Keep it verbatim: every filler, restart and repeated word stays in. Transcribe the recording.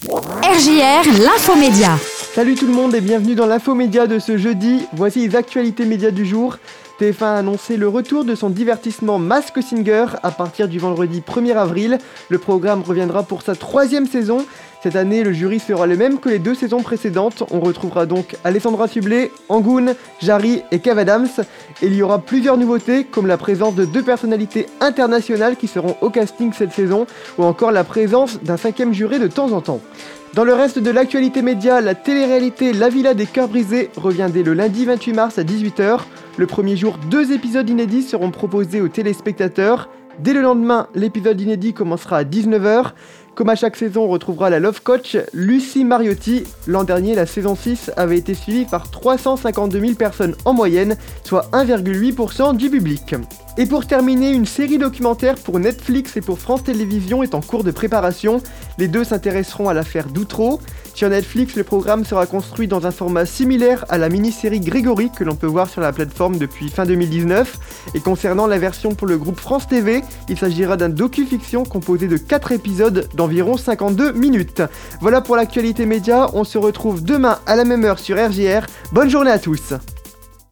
R J R, l'infomédia. Salut tout le monde et bienvenue dans l'infomédia de ce jeudi. Voici les actualités médias du jour. T F un a annoncé le retour de son divertissement Masked Singer à partir du vendredi premier avril. Le programme reviendra pour sa troisième saison. Cette année, le jury sera le même que les deux saisons précédentes. On retrouvera donc Alessandra Sublet, Angoune, Jarry et Kev Adams. Et il y aura plusieurs nouveautés, comme la présence de deux personnalités internationales qui seront au casting cette saison, ou encore la présence d'un cinquième juré de temps en temps. Dans le reste de l'actualité média, la télé-réalité La Villa des Cœurs Brisés revient dès le lundi vingt-huit mars à dix-huit heures. Le premier jour, deux épisodes inédits seront proposés aux téléspectateurs. Dès le lendemain, l'épisode inédit commencera à dix-neuf heures. Comme à chaque saison, on retrouvera la Love Coach Lucie Mariotti. L'an dernier, la saison six avait été suivie par trois cent cinquante-deux mille personnes en moyenne, soit un virgule huit pour cent du public. Et pour terminer, une série documentaire pour Netflix et pour France Télévisions est en cours de préparation. Les deux s'intéresseront à l'affaire d'Outreau. Sur Netflix, le programme sera construit dans un format similaire à la mini-série Grégory que l'on peut voir sur la plateforme depuis fin deux mille dix-neuf. Et concernant la version pour le groupe France T V, il s'agira d'un docu-fiction composé de quatre épisodes d'environ cinquante-deux minutes. Voilà pour l'actualité média, on se retrouve demain à la même heure sur R J R. Bonne journée à tous.